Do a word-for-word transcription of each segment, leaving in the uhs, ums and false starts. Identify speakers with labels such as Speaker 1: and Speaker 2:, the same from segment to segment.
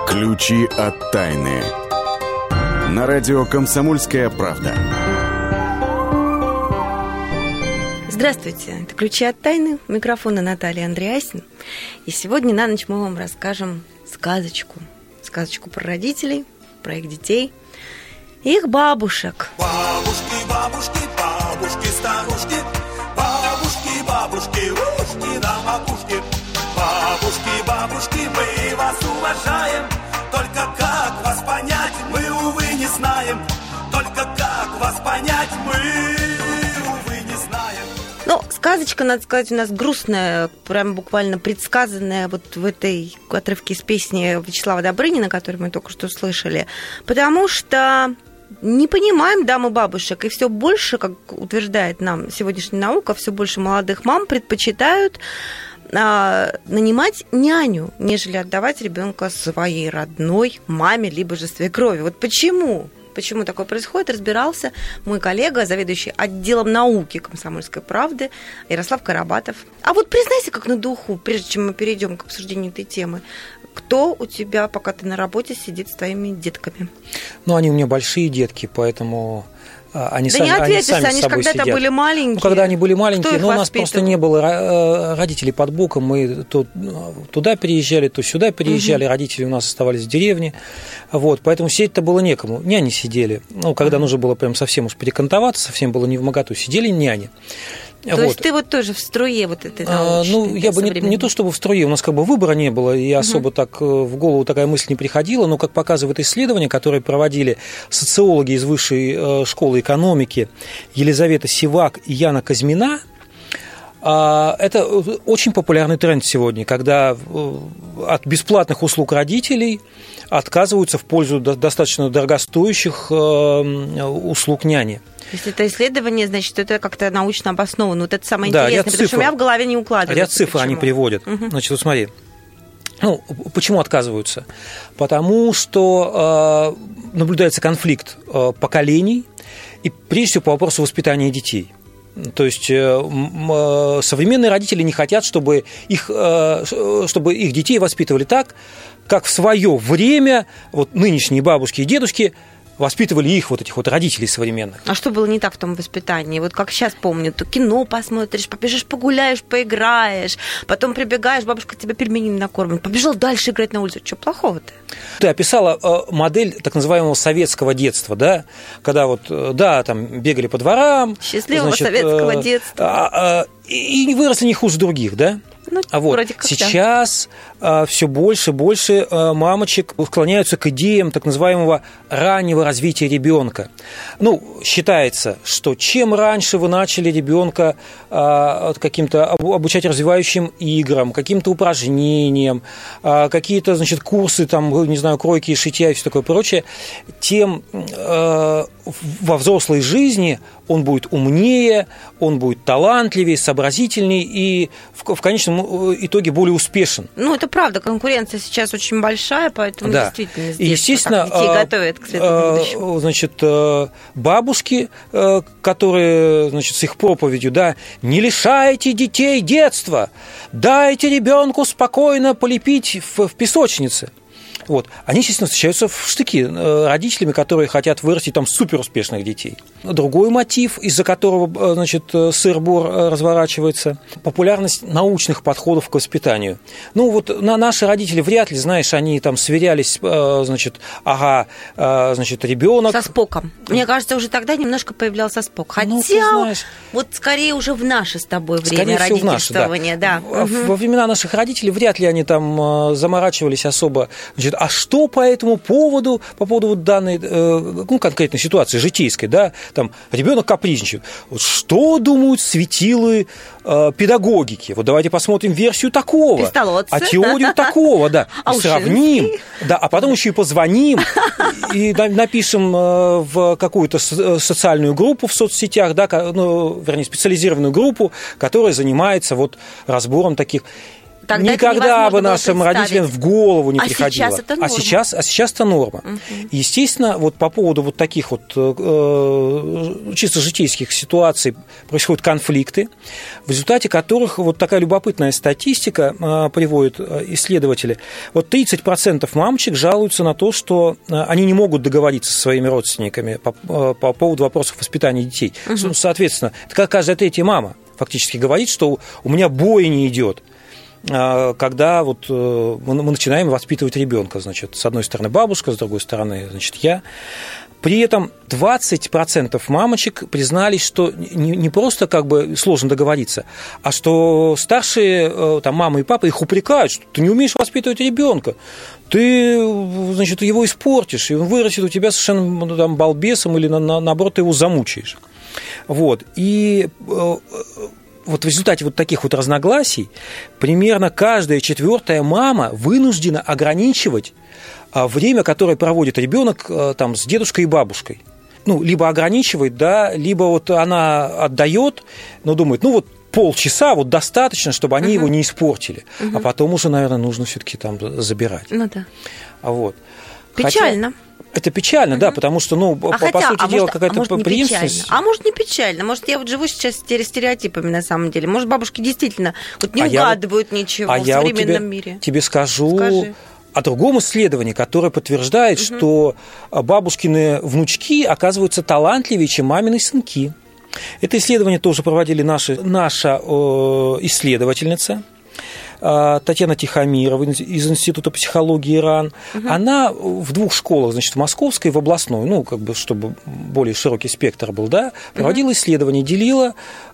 Speaker 1: Ключи от тайны. На радио «Комсомольская правда».
Speaker 2: Здравствуйте, это «Ключи от тайны». У микрофона Наталья Андреасин. И сегодня на ночь мы вам расскажем сказочку. Сказочку про родителей, про их детей и их бабушек.
Speaker 3: Бабушки, бабушки, бабушки, старушки, бабушки, бабушки, ушки на макушке. Бабушки, бабушки, мы вас уважаем. Только как вас понять, мы, увы, не знаем. Только как вас понять, мы, увы, не знаем.
Speaker 2: Ну, сказочка, надо сказать, у нас грустная, прям буквально предсказанная вот в этой отрывке из песни Вячеслава Добрынина, которую мы только что слышали, потому что не понимаем, да, мы бабушек, и все больше, как утверждает нам сегодняшняя наука, все больше молодых мам предпочитают а, нанимать няню, нежели отдавать ребенка своей родной маме, либо же свекрови. Вот почему? Почему такое происходит, разбирался мой коллега, заведующий отделом науки «Комсомольской правды» Ярослав Карабатов. А вот признайся как на духу, прежде чем мы перейдем к обсуждению этой темы, кто у тебя, пока ты на работе, сидит с твоими детками?
Speaker 4: Ну, они у меня большие детки, поэтому они
Speaker 2: да
Speaker 4: сами,
Speaker 2: не ответишься,
Speaker 4: они, сами
Speaker 2: они же когда-то
Speaker 4: сидят.
Speaker 2: были маленькие.
Speaker 4: Ну, когда они были маленькие,
Speaker 2: ну,
Speaker 4: у нас просто не было родителей под боком, мы то туда переезжали, то сюда переезжали, угу. Родители у нас оставались в деревне, вот, поэтому сидеть-то было некому, няни сидели, ну, когда угу. нужно было прям совсем уж перекантоваться, совсем было невмоготу, сидели няни.
Speaker 2: То вот. Есть ты вот тоже в струе вот этой научной?
Speaker 4: Ну, я бы не, не то чтобы в струе, у нас как бы выбора не было, и особо угу. так в голову такая мысль не приходила, но, как показывает исследования, которые проводили социологи из Высшей школы экономики Елизавета Сивак и Яна Казьмина, это очень популярный тренд сегодня, когда от бесплатных услуг родителей отказываются в пользу достаточно дорогостоящих услуг няни.
Speaker 2: Если это исследование, значит, это как-то научно обосновано. Вот это самое
Speaker 4: да,
Speaker 2: интересное, потому
Speaker 4: цифр,
Speaker 2: что у меня в голове не укладывается.
Speaker 4: Ряд цифр
Speaker 2: почему?
Speaker 4: Они приводят.
Speaker 2: Угу.
Speaker 4: Значит, вот смотри. Ну, почему отказываются? Потому что э, наблюдается конфликт э, поколений, и прежде всего по вопросу воспитания детей. То есть э, современные родители не хотят, чтобы их, э, чтобы их детей воспитывали так, как в свое время вот нынешние бабушки и дедушки воспитывали их, вот этих вот родителей современных.
Speaker 2: А что было не так в том воспитании? Вот как сейчас помню, то кино посмотришь, побежишь, погуляешь, поиграешь, потом прибегаешь, бабушка тебя пельменями накормит, побежал дальше играть на улице. Что плохого-то?
Speaker 4: Ты описала модель так называемого советского детства, да, когда вот, да, там бегали по дворам.
Speaker 2: Счастливого значит, советского э, детства.
Speaker 4: И выросли не хуже других, да?
Speaker 2: Ну,
Speaker 4: а вот сейчас да. все больше и больше мамочек склоняются к идеям так называемого раннего развития ребенка. Ну, считается, что чем раньше вы начали ребенка каким-то обучать развивающим играм, каким-то упражнениям, какие-то, значит, курсы, там, не знаю, кройки и шитья и все такое прочее, тем во взрослой жизни он будет умнее, он будет талантливее, сообразительнее и в, в конечном итоге более успешен.
Speaker 2: Ну, это правда, конкуренция сейчас очень большая, поэтому да. действительно здесь
Speaker 4: естественно,
Speaker 2: детей а, готовят к следующему будущему.
Speaker 4: Значит, бабушки, которые, значит, с их проповедью, да, не лишайте детей детства, дайте ребенку спокойно полепить в, в песочнице. Вот. Они, естественно, встречаются в штыки родителями, которые хотят вырастить там суперуспешных детей. Другой мотив, из-за которого, значит, сыр-бор разворачивается, популярность научных подходов к воспитанию. Ну, вот на наши родители вряд ли, знаешь, они там сверялись, значит, ага, значит, ребенок.
Speaker 2: Со Споком. Мне кажется, уже тогда немножко появлялся Спок. Хотя, ну, знаешь, вот скорее уже в наше с тобой время родительствования. Да. Да.
Speaker 4: Угу. Во времена наших родителей вряд ли они там заморачивались особо, значит, а что по этому поводу, по поводу вот данной, ну, конкретной ситуации, житейской, да, там, ребенок капризничает. Вот что думают светилы э, педагогики? Вот давайте посмотрим версию такого,
Speaker 2: Пистолотцы.
Speaker 4: А теорию такого, да,
Speaker 2: а
Speaker 4: и сравним, да, а потом еще и позвоним, и напишем в какую-то социальную группу в соцсетях, да, ну, вернее, специализированную группу, которая занимается вот разбором таких.
Speaker 2: Тогда
Speaker 4: никогда бы нашим родителям в голову не
Speaker 2: а
Speaker 4: приходило.
Speaker 2: Сейчас это норма.
Speaker 4: А сейчас, а сейчас это норма. Угу. Естественно, вот по поводу вот таких вот э, чисто житейских ситуаций происходят конфликты, в результате которых вот такая любопытная статистика э, приводит исследователи. Вот тридцать процентов мамочек жалуются на то, что они не могут договориться со своими родственниками по, по поводу вопросов воспитания детей. Угу. Соответственно, это как каждая третья мама фактически говорит, что у меня бой не идет, когда вот мы начинаем воспитывать ребенка. Значит, с одной стороны бабушка, с другой стороны, значит, я. При этом двадцать процентов мамочек признались, что не просто как бы сложно договориться, а что старшие там, мама и папа их упрекают, что ты не умеешь воспитывать ребенка, ты, значит, его испортишь, и он вырастет у тебя совершенно там, балбесом, или наоборот ты его замучаешь. Вот. И вот в результате вот таких вот разногласий примерно каждая четвертая мама вынуждена ограничивать время, которое проводит ребенок там, с дедушкой и бабушкой. Ну, либо ограничивает, да, либо вот она отдает, но думает, ну вот полчаса вот достаточно, чтобы они uh-huh. его не испортили, uh-huh. а потом уже, наверное, нужно все-таки там забирать.
Speaker 2: Ну да.
Speaker 4: Вот.
Speaker 2: Печально.
Speaker 4: Хотя... Это печально, uh-huh. да, потому что, ну,
Speaker 2: а
Speaker 4: по,
Speaker 2: хотя,
Speaker 4: по сути
Speaker 2: а
Speaker 4: дела,
Speaker 2: может,
Speaker 4: какая-то
Speaker 2: а может,
Speaker 4: преемственность.
Speaker 2: А может, не печально. Может, я вот живу сейчас стереотипами на самом деле. Может, бабушки действительно вот не а угадывают вот, ничего а в современном вот тебе, мире.
Speaker 4: Тебе скажу
Speaker 2: Скажи.
Speaker 4: О другом исследовании, которое подтверждает, uh-huh. что бабушкины внучки оказываются талантливее, чем мамины сынки. Это исследование тоже проводили наши, наша э, исследовательница Татьяна Тихомирова из Института психологии ИРАН. Угу. Она в двух школах, значит, в Московской и в областной, ну, как бы, чтобы более широкий спектр был, да, проводила угу. исследования, делила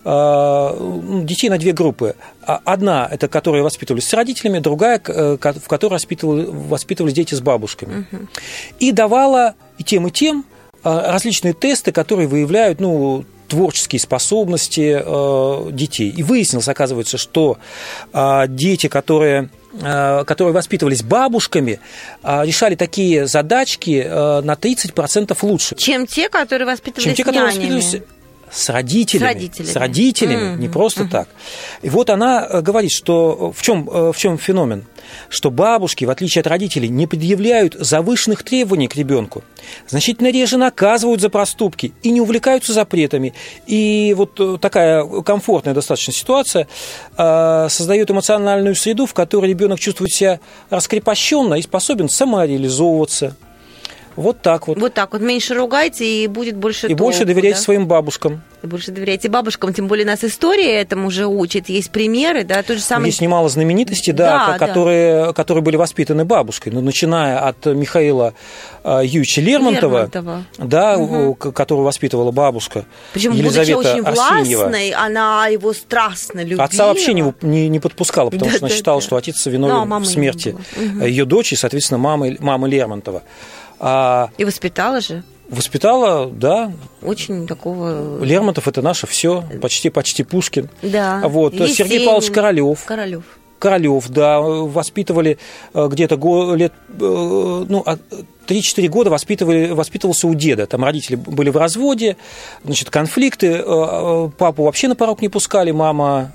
Speaker 4: э, детей на две группы. Одна – это которые воспитывались с родителями, другая, в которой воспитывали, воспитывались дети с бабушками. Угу. И давала и тем, и тем различные тесты, которые выявляют, ну, творческие способности э, детей. И выяснилось, оказывается, что э, дети, которые, э, которые воспитывались бабушками, э, решали такие задачки э, на тридцать процентов лучше.
Speaker 2: Чем те, которые воспитывались
Speaker 4: чем те, которые воспитывались с родителями. С родителями, с родителями mm-hmm. не просто mm-hmm. так. И вот она говорит, что в чем, в чем феномен? Что бабушки, в отличие от родителей, не предъявляют завышенных требований к ребенку, значительно реже наказывают за проступки и не увлекаются запретами. И вот такая комфортная достаточно ситуация создает эмоциональную среду, в которой ребенок чувствует себя раскрепощенно и способен самореализовываться. Вот так вот.
Speaker 2: Вот так вот. Меньше ругайте, и будет больше
Speaker 4: И
Speaker 2: толку,
Speaker 4: больше доверяйте
Speaker 2: да?
Speaker 4: своим бабушкам.
Speaker 2: И больше доверяйте бабушкам, тем более нас история этому уже учит. Есть примеры, да, тот же самый...
Speaker 4: Есть немало знаменитостей, да, да, которые, да. которые были воспитаны бабушкой. Ну, начиная от Михаила Юрьевича Лермонтова, Лермонтова. Да, угу. которого воспитывала бабушка.
Speaker 2: Причем,
Speaker 4: Елизавета
Speaker 2: будучи очень
Speaker 4: Арсеньева.
Speaker 2: властной, она его страстно любила.
Speaker 4: Отца вообще не, не, не подпускала, потому да, что она да, считала, да. что отец виновен
Speaker 2: ну, а
Speaker 4: в смерти
Speaker 2: угу.
Speaker 4: ее дочери, соответственно, мамы, мамы Лермонтова. А...
Speaker 2: И воспитала же.
Speaker 4: Воспитала, да.
Speaker 2: Очень такого...
Speaker 4: Лермонтов – это наше все, почти, почти Пушкин.
Speaker 2: Да.
Speaker 4: Вот. Сергей Павлович Королёв.
Speaker 2: Королёв.
Speaker 4: Королёв, да, воспитывали где-то лет, ну, три-четыре года воспитывали, воспитывался у деда. Там родители были в разводе, значит, конфликты, папу вообще на порог не пускали, мама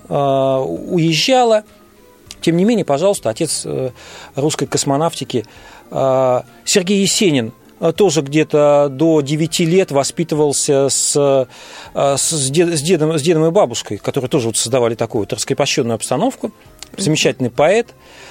Speaker 4: уезжала. Тем не менее, пожалуйста, отец русской космонавтики Сергей Есенин тоже где-то до девяти лет воспитывался с, с, дед, с, дедом, с дедом и бабушкой, которые тоже вот создавали такую вот раскрепощенную обстановку. Замечательный поэт.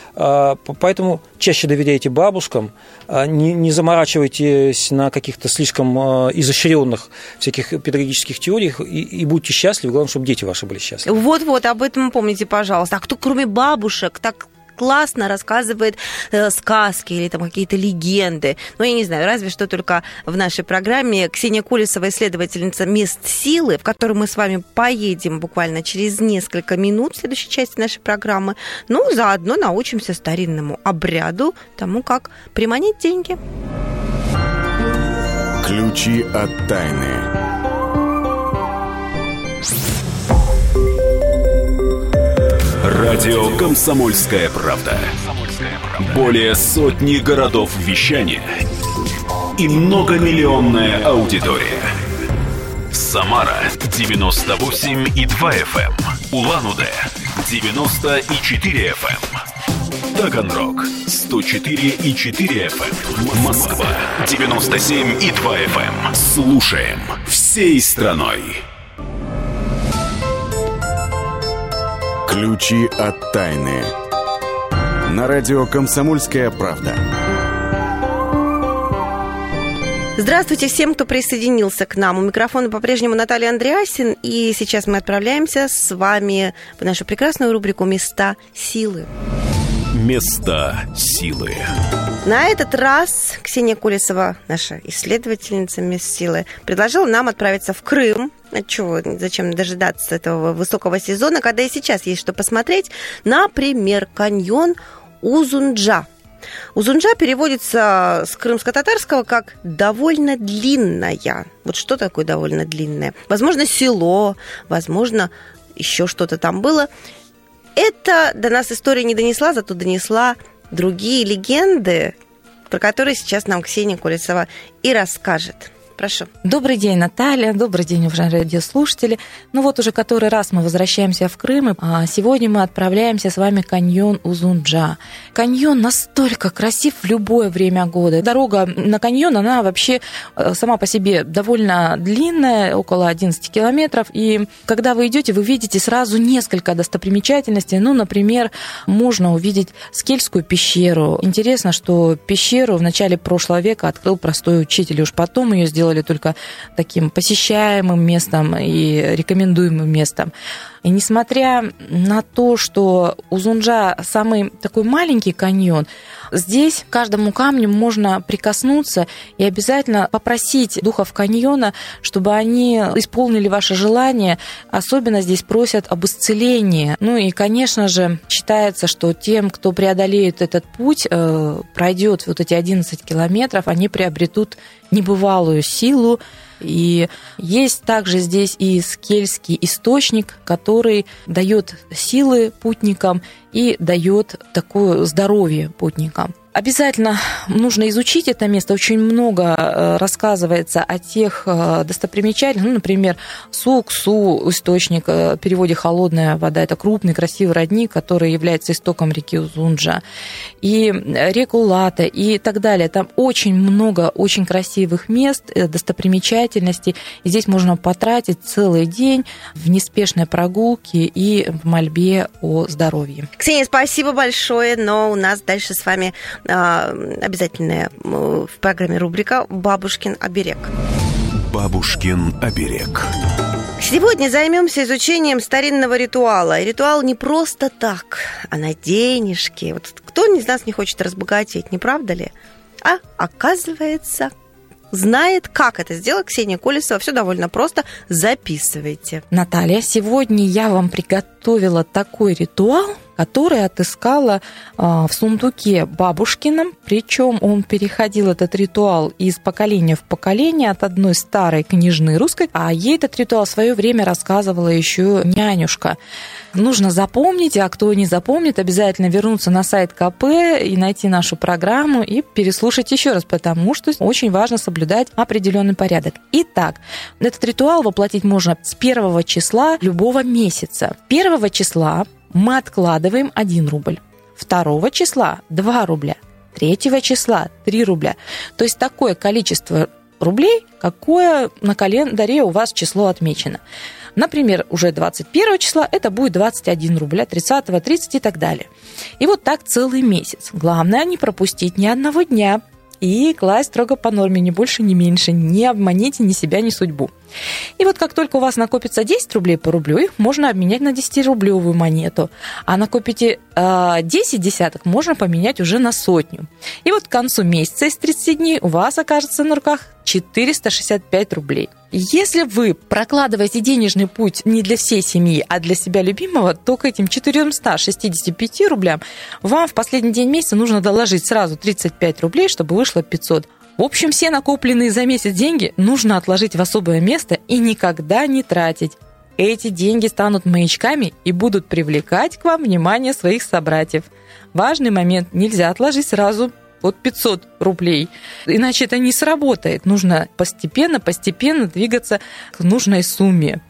Speaker 4: Поэтому чаще доверяйте бабушкам, не, не заморачивайтесь на каких-то слишком изощренных всяких педагогических теориях и, и будьте счастливы. Главное, чтобы дети ваши были счастливы.
Speaker 2: Вот-вот, об этом помните, пожалуйста. А кто, кроме бабушек, так классно рассказывает э, сказки или там какие-то легенды. Ну, я не знаю, разве что только в нашей программе Ксения Колесова, исследовательница мест силы, в которую мы с вами поедем буквально через несколько минут в следующей части нашей программы. Ну, заодно научимся старинному обряду, тому, как приманить деньги.
Speaker 1: Ключи от тайны.
Speaker 5: Радио «Комсомольская правда». Более сотни городов вещания и многомиллионная аудитория. Самара девяносто восемь и два эф эм, Улан-Удэ девяносто и четыре эф эм. Таганрог сто четыре и четыре эф эм. Москва девяносто семь и два эф эм. Слушаем всей страной.
Speaker 1: Ключи от тайны. На радио «Комсомольская правда».
Speaker 2: Здравствуйте всем, кто присоединился к нам. У микрофона по-прежнему Наталья Андреасин. И сейчас мы отправляемся с вами в нашу прекрасную рубрику «Места силы».
Speaker 5: Места силы.
Speaker 2: На этот раз Ксения Колесова, наша исследовательница мест силы, предложила нам отправиться в Крым. Отчего, зачем дожидаться этого высокого сезона, когда и сейчас есть что посмотреть. Например, каньон Узунджа. Узунджа переводится с крымско-татарского как «довольно длинная». Вот что такое «довольно длинное»? Возможно, село, возможно, еще что-то там было. Это до нас история не донесла, зато донесла другие легенды, про которые сейчас нам Ксения Колесова и расскажет. Прошу.
Speaker 6: Добрый день, Наталья. Добрый день, уважаемые радиослушатели. Ну вот уже который раз мы возвращаемся в Крым, а сегодня мы отправляемся с вами в каньон Узунджа. Каньон настолько красив в любое время года. Дорога на каньон, она вообще сама по себе довольно длинная, около одиннадцать километров. И когда вы идете, вы видите сразу несколько достопримечательностей. Ну, например, можно увидеть Скельскую пещеру. Интересно, что пещеру в начале прошлого века открыл простой учитель, и уж потом ее сделали только таким посещаемым местом и рекомендуемым местом. И несмотря на то, что Узунджа самый такой маленький каньон, здесь к каждому камню можно прикоснуться и обязательно попросить духов каньона, чтобы они исполнили ваше желание. Особенно здесь просят об исцелении. Ну и, конечно же, считается, что тем, кто преодолеет этот путь, пройдет вот эти одиннадцать километров, они приобретут небывалую силу. И есть также здесь и скельский источник, который дает силы путникам и дает такое здоровье путникам. Обязательно нужно изучить это место. Очень много рассказывается о тех достопримечательностях. Ну, например, Суксу, источник, в переводе «холодная вода». Это крупный, красивый родник, который является истоком реки Узунджа. И реку Лата, и так далее. Там очень много очень красивых мест, достопримечательностей. И здесь можно потратить целый день в неспешной прогулке и в мольбе о здоровье.
Speaker 2: Ксения, спасибо большое, но у нас дальше с вами обязательная в программе рубрика «Бабушкин оберег».
Speaker 5: Бабушкин оберег.
Speaker 2: Сегодня займемся изучением старинного ритуала. И ритуал не просто так, а на денежки. Вот кто из нас не хочет разбогатеть, не правда ли? А оказывается, знает, как это сделать Ксения Колесова. Все довольно просто. Записывайте.
Speaker 6: Наталья, сегодня я вам приготовила такой ритуал, который отыскала в сундуке бабушкином. Причем он переходил, этот ритуал, из поколения в поколение от одной старой княжны русской, а ей этот ритуал в свое время рассказывала еще нянюшка. Нужно запомнить, а кто не запомнит, обязательно вернуться на сайт ка пэ и найти нашу программу и переслушать еще раз, потому что очень важно соблюдать определенный порядок. Итак, этот ритуал воплотить можно с первого числа любого месяца. Первого числа мы откладываем один рубль, второго числа два рубля, третьего числа три рубля. То есть такое количество рублей, какое на календаре у вас число отмечено. Например, уже двадцать первого числа это будет двадцать один рубля, тридцатого, тридцать и так далее. И вот так целый месяц. Главное не пропустить ни одного дня и класть строго по норме, ни больше, ни меньше. Не обманите ни себя, ни судьбу. И вот как только у вас накопится десять рублей по рублю, их можно обменять на десятирублевую монету. А накопите э, десять десяток, можно поменять уже на сотню. И вот к концу месяца из тридцати дней у вас окажется на руках четыреста шестьдесят пять рублей. Если вы прокладываете денежный путь не для всей семьи, а для себя любимого, то к этим четырёмстам шестидесяти пяти рублям вам в последний день месяца нужно доложить сразу тридцать пять рублей, чтобы вышло пятьсот. В общем, все накопленные за месяц деньги нужно отложить в особое место и никогда не тратить. Эти деньги станут маячками и будут привлекать к вам внимание своих собратьев. Важный момент: нельзя отложить сразу вот пятьсот рублей, иначе это не сработает. Нужно постепенно-постепенно двигаться к нужной сумме.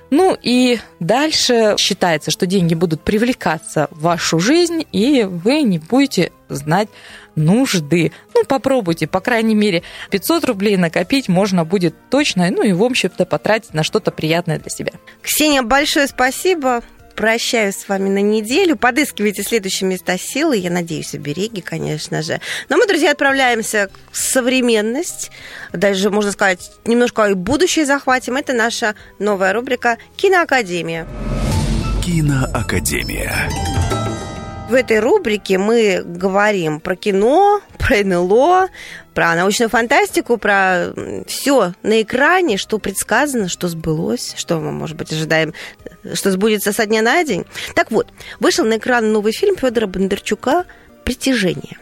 Speaker 6: Ну и дальше считается, что деньги будут привлекаться в вашу жизнь, и вы не будете знать нужды. Ну, попробуйте, по крайней мере, пятьсот рублей накопить можно будет точно, ну и, в общем-то, потратить на что-то приятное для себя.
Speaker 2: Ксения, большое спасибо. Прощаюсь с вами на неделю. Подыскивайте следующие места силы. Я надеюсь, обереги, конечно же. Но мы, друзья, отправляемся в современность. Даже, можно сказать, немножко и будущее захватим. Это наша новая рубрика «Киноакадемия».
Speaker 5: Киноакадемия.
Speaker 2: В этой рубрике мы говорим про кино, про эн эл о, про научную фантастику, про все на экране, что предсказано, что сбылось, что мы, может быть, ожидаем, что сбудется со дня на день. Так вот, вышел на экран новый фильм Федора Бондарчука «Притяжение».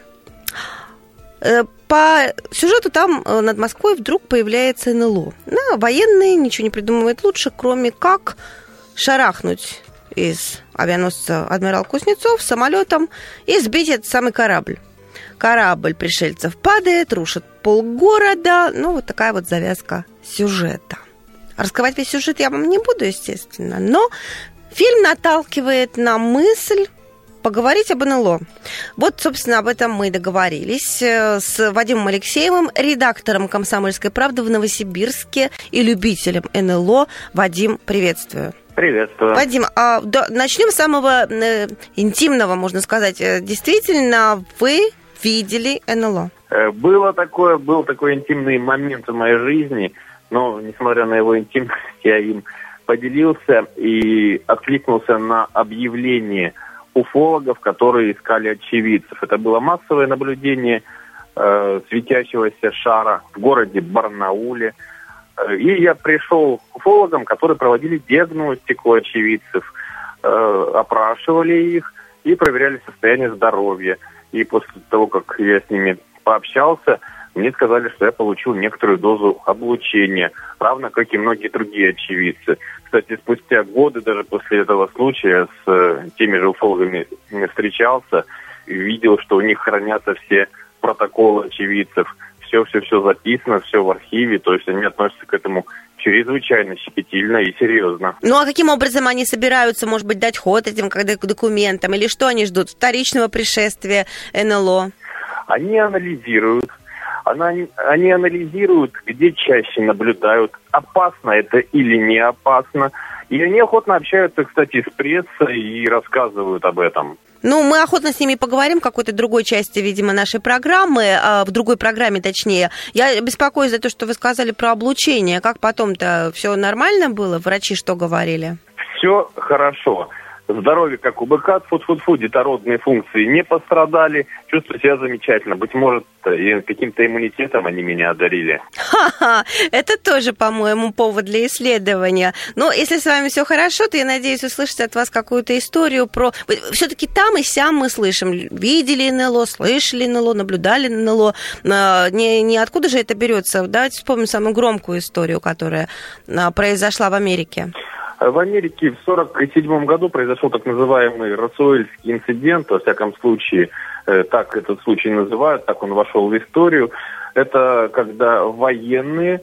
Speaker 2: По сюжету там над Москвой вдруг появляется эн эл о. Ну, военные ничего не придумывают лучше, кроме как шарахнуть из авианосца «Адмирал Кузнецов» самолетом и сбить этот самый корабль. Корабль пришельцев падает, рушит полгорода. Ну, вот такая вот завязка сюжета. Раскрывать весь сюжет я вам не буду, естественно, но фильм наталкивает на мысль поговорить об эн эл о. Вот, собственно, об этом мы и договорились с Вадимом Алексеевым, редактором «Комсомольской правды» в Новосибирске и любителем эн эл о. Вадим, приветствую.
Speaker 7: Приветствую.
Speaker 2: Вадим, а, да, начнем с самого э, интимного, можно сказать. Действительно, вы видели эн эл о?
Speaker 7: Было такое, был такой интимный момент в моей жизни, но, несмотря на его интимность, я им поделился и откликнулся на объявление уфологов, которые искали очевидцев. Это было массовое наблюдение э, светящегося шара в городе Барнауле. И я пришел к уфологам, которые проводили диагностику очевидцев, э, опрашивали их и проверяли состояние здоровья. И после того, как я с ними пообщался, мне сказали, что я получил некоторую дозу облучения, равно как и многие другие очевидцы. Кстати, спустя годы, даже после этого случая, с э, теми же уфологами встречался и видел, что у них хранятся все протоколы очевидцев. Все-все-все записано, все в архиве, то есть они относятся к этому чрезвычайно щепетильно и серьезно.
Speaker 2: Ну а каким образом они собираются, может быть, дать ход этим документам, или что они ждут? Вторичного пришествия эн эл о?
Speaker 7: Они анализируют, они, они анализируют, где чаще наблюдают, опасно это или не опасно. И они охотно общаются, кстати, с прессой и рассказывают об этом.
Speaker 2: Ну, мы охотно с ними поговорим в какой-то другой части, видимо, нашей программы, в другой программе, точнее. Я беспокоюсь за то, что вы сказали про облучение. Как потом-то? Все нормально было? Врачи что говорили?
Speaker 7: Все хорошо. Здоровье, как у быка, тьфу-тьфу-тьфу, детородные функции не пострадали. Чувствую себя замечательно. Быть может, каким-то иммунитетом они меня одарили.
Speaker 2: Ха-ха, это тоже, по-моему, повод для исследования. Но если с вами все хорошо, то я надеюсь услышать от вас какую-то историю про... Все-таки там и сям мы слышим. Видели эн эл о, слышали эн эл о, наблюдали эн эл о. Не, не откуда же это берется? Давайте вспомним самую громкую историю, которая произошла в Америке.
Speaker 7: В Америке в сорок седьмом году произошел так называемый Росуэльский инцидент, во всяком случае, так этот случай называют, так он вошел в историю. Это когда военные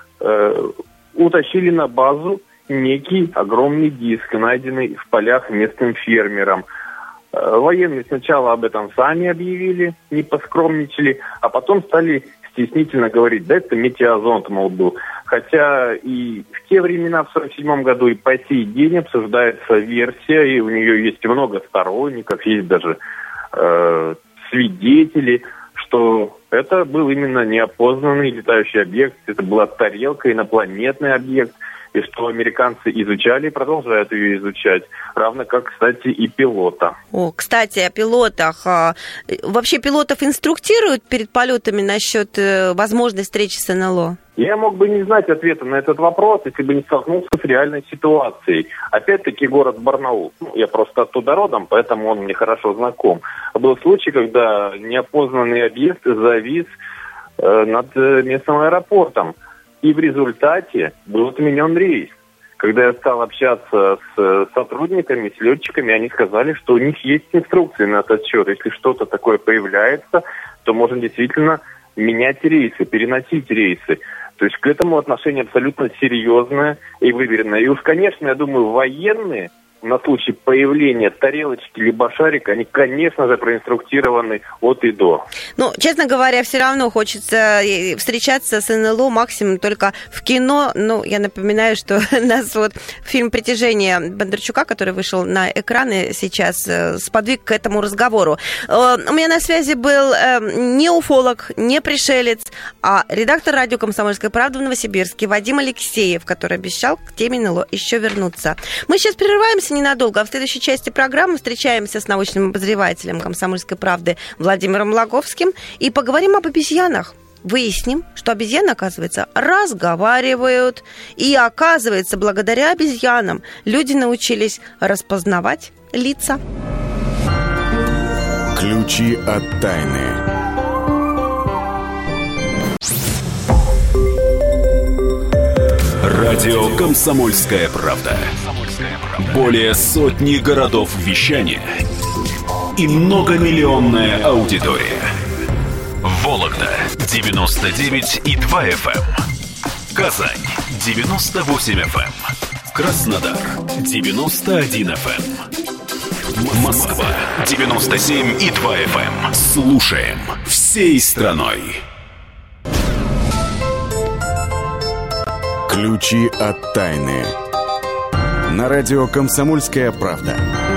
Speaker 7: э, утащили на базу некий огромный диск, найденный в полях местным фермером. Э, военные сначала об этом сами объявили, не поскромничали, а потом стали стеснительно говорить, да это метеозонд, мол, был. Хотя и в те времена, в сорок седьмом году, и по сей день обсуждается версия, и у нее есть много сторонников, есть даже э, свидетели, что это был именно неопознанный летающий объект, это была тарелка, инопланетный объект, и что американцы изучали и продолжают ее изучать, равно как, кстати, и пилота.
Speaker 2: О, кстати, о пилотах. Вообще пилотов инструктируют перед полетами насчет возможной встречи с эн эл о?
Speaker 7: Я мог бы не знать ответа на этот вопрос, если бы не столкнулся с реальной ситуацией. Опять-таки город Барнаул. Ну, я просто оттуда родом, поэтому он мне хорошо знаком. Был случай, когда неопознанный объект завис э, над местным аэропортом. И в результате был отменен рейс. Когда я стал общаться с сотрудниками, с летчиками, они сказали, что у них есть инструкции на этот счет. Если что-то такое появляется, то можно действительно менять рейсы, переносить рейсы. То есть к этому отношение абсолютно серьезное и выверенное. И уж, конечно, я думаю, военные на случай появления тарелочки либо шарика, они, конечно же, проинструктированы от и до.
Speaker 2: Ну, честно говоря, все равно хочется встречаться с эн эл о максимум только в кино. Ну, я напоминаю, что нас вот фильм «Притяжение» Бондарчука, который вышел на экраны сейчас, сподвиг к этому разговору. У меня на связи был не уфолог, не пришелец, а редактор радио «Комсомольская правда» в Новосибирске Вадим Алексеев, который обещал к теме эн эл о еще вернуться. Мы сейчас прерываемся ненадолго, а в следующей части программы встречаемся с научным обозревателем «Комсомольской правды» Владимиром Логовским и поговорим об обезьянах. Выясним, что обезьяны, оказывается, разговаривают. И, оказывается, благодаря обезьянам люди научились распознавать лица.
Speaker 1: Ключи от тайны.
Speaker 5: Радио «Комсомольская правда». Более сотни городов вещания и многомиллионная аудитория. Вологда девяносто девять и два эф эм, Казань девяносто восемь эф эм, Краснодар девяносто один эф эм, Москва девяносто семь и два эф эм. Слушаем всей страной.
Speaker 1: Ключи от тайны. На радио «Комсомольская правда».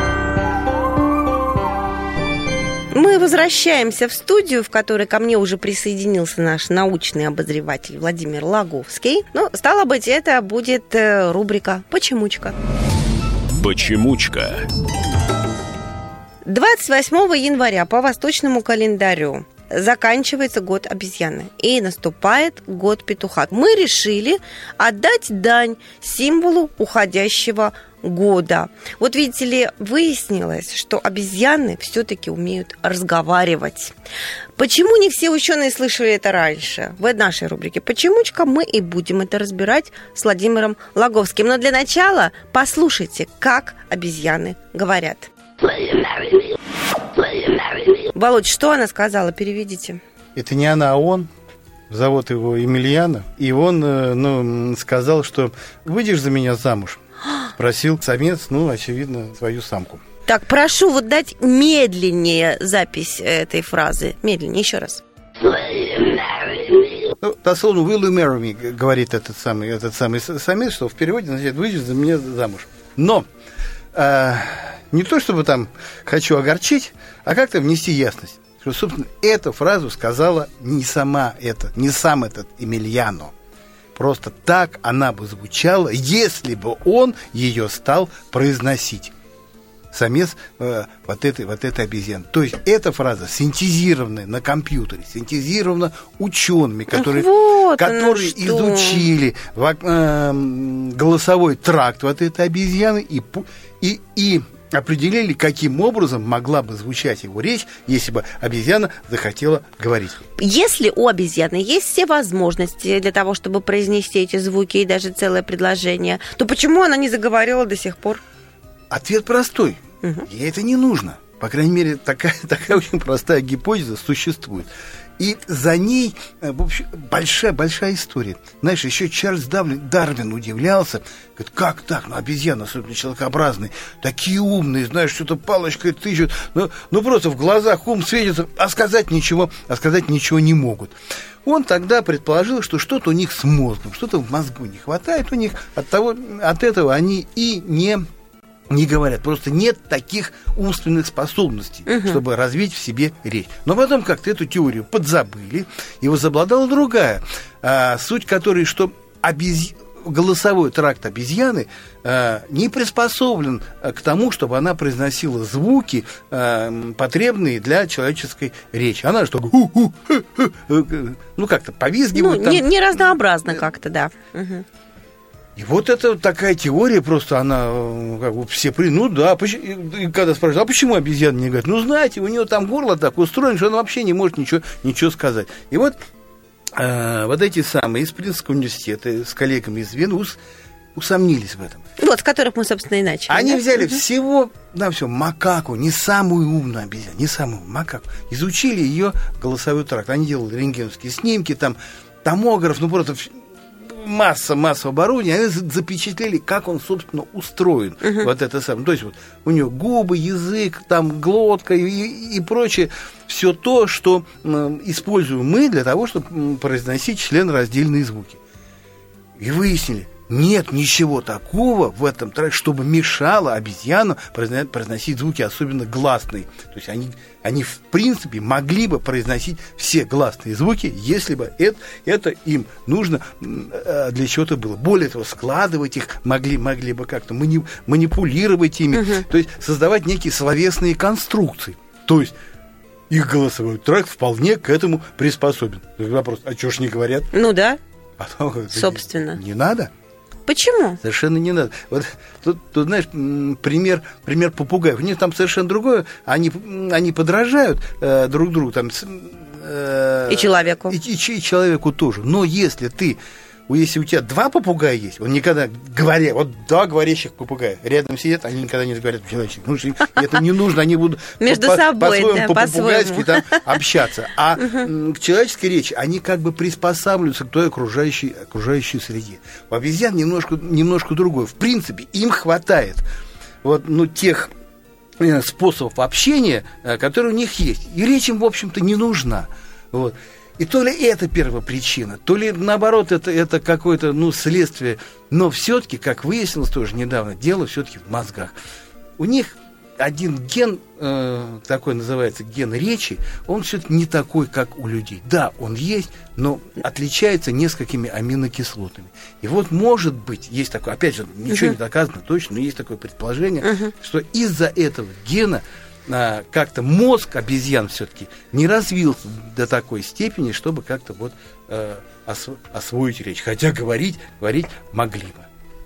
Speaker 2: Мы возвращаемся в студию, в которой ко мне уже присоединился наш научный обозреватель Владимир Логовский. Ну, стало быть, это будет рубрика «Почемучка».
Speaker 5: Почемучка.
Speaker 2: двадцать восьмого января по восточному календарю заканчивается год обезьяны и наступает год петуха. Мы решили отдать дань символу уходящего года. Вот видите ли, выяснилось, что обезьяны все-таки умеют разговаривать. Почему не все ученые слышали это раньше? В нашей рубрике «Почемучка» мы и будем это разбирать с Владимиром Логовским. Но для начала послушайте, как обезьяны говорят. Володь, что она сказала? Переведите.
Speaker 8: Это не она, а он. Зовут его Емельяно. И он ну, сказал, что выйдешь за меня замуж? Спросил самец, ну, очевидно, свою самку.
Speaker 2: Так, прошу вот дать медленнее запись этой фразы. Медленнее, еще раз.
Speaker 8: Ну, дословно, will you marry me, говорит этот самый, этот самый самец, что в переводе означает выйдешь за меня замуж. Но э, не то, чтобы там хочу огорчить, а как-то внести ясность. Что, собственно, эту фразу сказала не сама это, не сам этот Емельяно. Просто так она бы звучала, если бы он ее стал произносить. Самец э, вот этой, вот этой обезьяны. То есть эта фраза синтезированная на компьютере, синтезирована учеными, которые,
Speaker 2: вот
Speaker 8: которые изучили э, голосовой тракт вот этой обезьяны и, и, и определили, каким образом могла бы звучать его речь, если бы обезьяна захотела говорить.
Speaker 2: Если у обезьяны есть все возможности для того, чтобы произнести эти звуки и даже целое предложение, то почему она не заговорила до сих пор?
Speaker 8: Ответ простой.
Speaker 2: Угу.
Speaker 8: Ей это не нужно. По крайней мере, такая, такая очень простая гипотеза существует. И за ней, в общем, большая, большая история. Знаешь, еще Чарльз Дарвин удивлялся. Говорит, как так? Ну, обезьяны, особенно человекообразные, такие умные, знаешь, что-то палочкой тычут. Ну, ну, просто в глазах ум светится, а сказать ничего, а сказать ничего не могут. Он тогда предположил, что что-то у них с мозгом, что-то в мозгу не хватает у них. От того, от этого они и не... не говорят, просто нет таких умственных способностей, uh-huh. чтобы развить в себе речь. Но потом как-то эту теорию подзабыли, и возобладала другая, а, суть которой, что обез... голосовой тракт обезьяны а, не приспособлен к тому, чтобы она произносила звуки, а, потребные для человеческой речи. Она что, ну как-то повизгивает.
Speaker 2: Ну,
Speaker 8: там.
Speaker 2: не, не разнообразно как-то, да. Uh-huh.
Speaker 8: И вот это такая теория, просто она, как бы, все при... Ну да, и когда спрашивают, а почему обезьяна не говорит? Ну, знаете, у нее там горло так устроено, что она вообще не может ничего, ничего сказать. И вот, э, вот эти самые из Принстонского университета с коллегами из Вены ус, усомнились в этом.
Speaker 2: Вот, с которых мы, собственно, и начали.
Speaker 8: Они
Speaker 2: да?
Speaker 8: взяли
Speaker 2: угу.
Speaker 8: всего, да, все, макаку, не самую умную обезьяну, не самую макаку. Изучили ее голосовой тракт. Они делали рентгеновские снимки, там, томограф, ну, просто... масса, масса оборудования, они запечатлели, как он, собственно, устроен. Uh-huh. Вот это самое. То есть вот у него губы, язык, там глотка и, и прочее. Все то, что э, используем мы для того, чтобы произносить членораздельные звуки. И выяснили, нет ничего такого в этом трек, чтобы мешало обезьянам произносить звуки, особенно гласные. То есть они, они в принципе могли бы произносить все гласные звуки, если бы это, это им нужно для чего-то было. Более того, складывать их могли, могли бы как-то мани, манипулировать ими, угу. То есть создавать некие словесные конструкции. То есть их голосовой тракт вполне к этому приспособен. Вопрос, а что ж не говорят?
Speaker 2: Ну да,
Speaker 8: Потом,
Speaker 2: собственно.
Speaker 8: Не, не надо?
Speaker 2: Почему?
Speaker 8: Совершенно не надо. Вот тут, тут знаешь, пример, пример попугаев. У них там совершенно другое. Они, они подражают э, друг другу. Там, э,
Speaker 2: и человеку.
Speaker 8: И, и, и человеку тоже. Но если ты... Если у тебя два попугая есть, он никогда говоря, вот два говорящих попугая рядом сидят, они никогда не говорят по-человечески. Потому что им это не нужно, они будут
Speaker 2: между
Speaker 8: по,
Speaker 2: собой,
Speaker 8: по-своему,
Speaker 2: да,
Speaker 8: по-попугайски там общаться. А
Speaker 2: угу.
Speaker 8: к человеческой речи они как бы приспосабливаются к той окружающей, окружающей среде. У обезьян немножко, немножко другое. В принципе, им хватает вот, ну, тех способов общения, которые у них есть. И речь им, в общем-то, не нужна. Вот. И то ли это первопричина, то ли, наоборот, это, это какое-то, ну, следствие. Но все-таки, как выяснилось тоже недавно, дело все-таки в мозгах. У них один ген, э, такой называется ген речи, он все-таки не такой, как у людей. Да, он есть, но отличается несколькими аминокислотами. И вот, может быть, есть такое, опять же, ничего uh-huh. не доказано точно, но есть такое предположение, uh-huh. что из-за этого гена как-то мозг обезьян все-таки не развился до такой степени, чтобы как-то вот э, осво- освоить речь. Хотя говорить, говорить могли бы.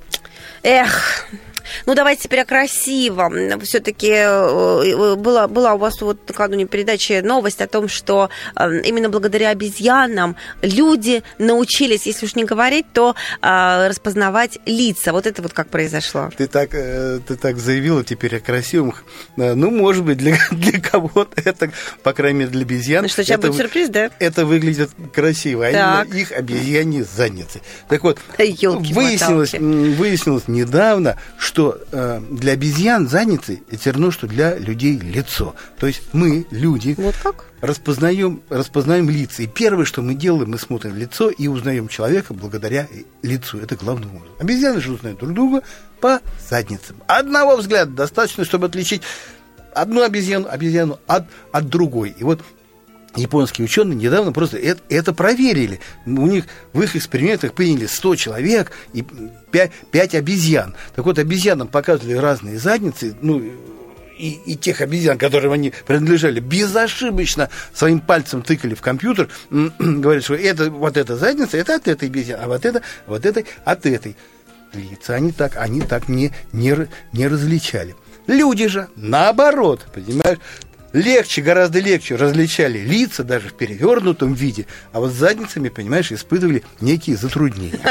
Speaker 2: Эх, ну давайте теперь о красивом. Все-таки была, была у вас вот накануне передачи новость о том, что именно благодаря обезьянам люди научились, если уж не говорить, то распознавать лица. Вот это вот как произошло.
Speaker 8: Ты так, ты так заявила теперь о красивом. Ну, может быть, для, для кого-то это, по крайней мере, для обезьян.
Speaker 2: Ну что, сейчас
Speaker 8: это,
Speaker 2: будет сюрприз, да?
Speaker 8: Это выглядит красиво. А именно их обезьяне задницы. Так вот, выяснилось, выяснилось недавно, что э, для обезьян задницы это равно, что для людей лицо. То есть мы, люди,
Speaker 2: вот как?
Speaker 8: распознаем, распознаем лица. И первое, что мы делаем, мы смотрим в лицо и узнаем человека благодаря лицу. Это главным образом. Обезьяны же узнают друг друга по задницам. Одного взгляда достаточно, чтобы отличить одну обезьяну, обезьяну от, от другой. И вот японские ученые недавно просто это, это проверили. У них в их экспериментах приняли сто человек и пять, пять обезьян. Так вот, обезьянам показывали разные задницы, ну, и, и тех обезьян, которым они принадлежали, безошибочно своим пальцем тыкали в компьютер, говорили, что это, вот эта задница, это от этой обезьяны, а вот это, вот этой от этой. Лица они так, они так не, не, не различали. Люди же, наоборот, понимаешь, легче, гораздо легче различали лица даже в перевернутом виде, а вот с задницами, понимаешь, испытывали некие затруднения.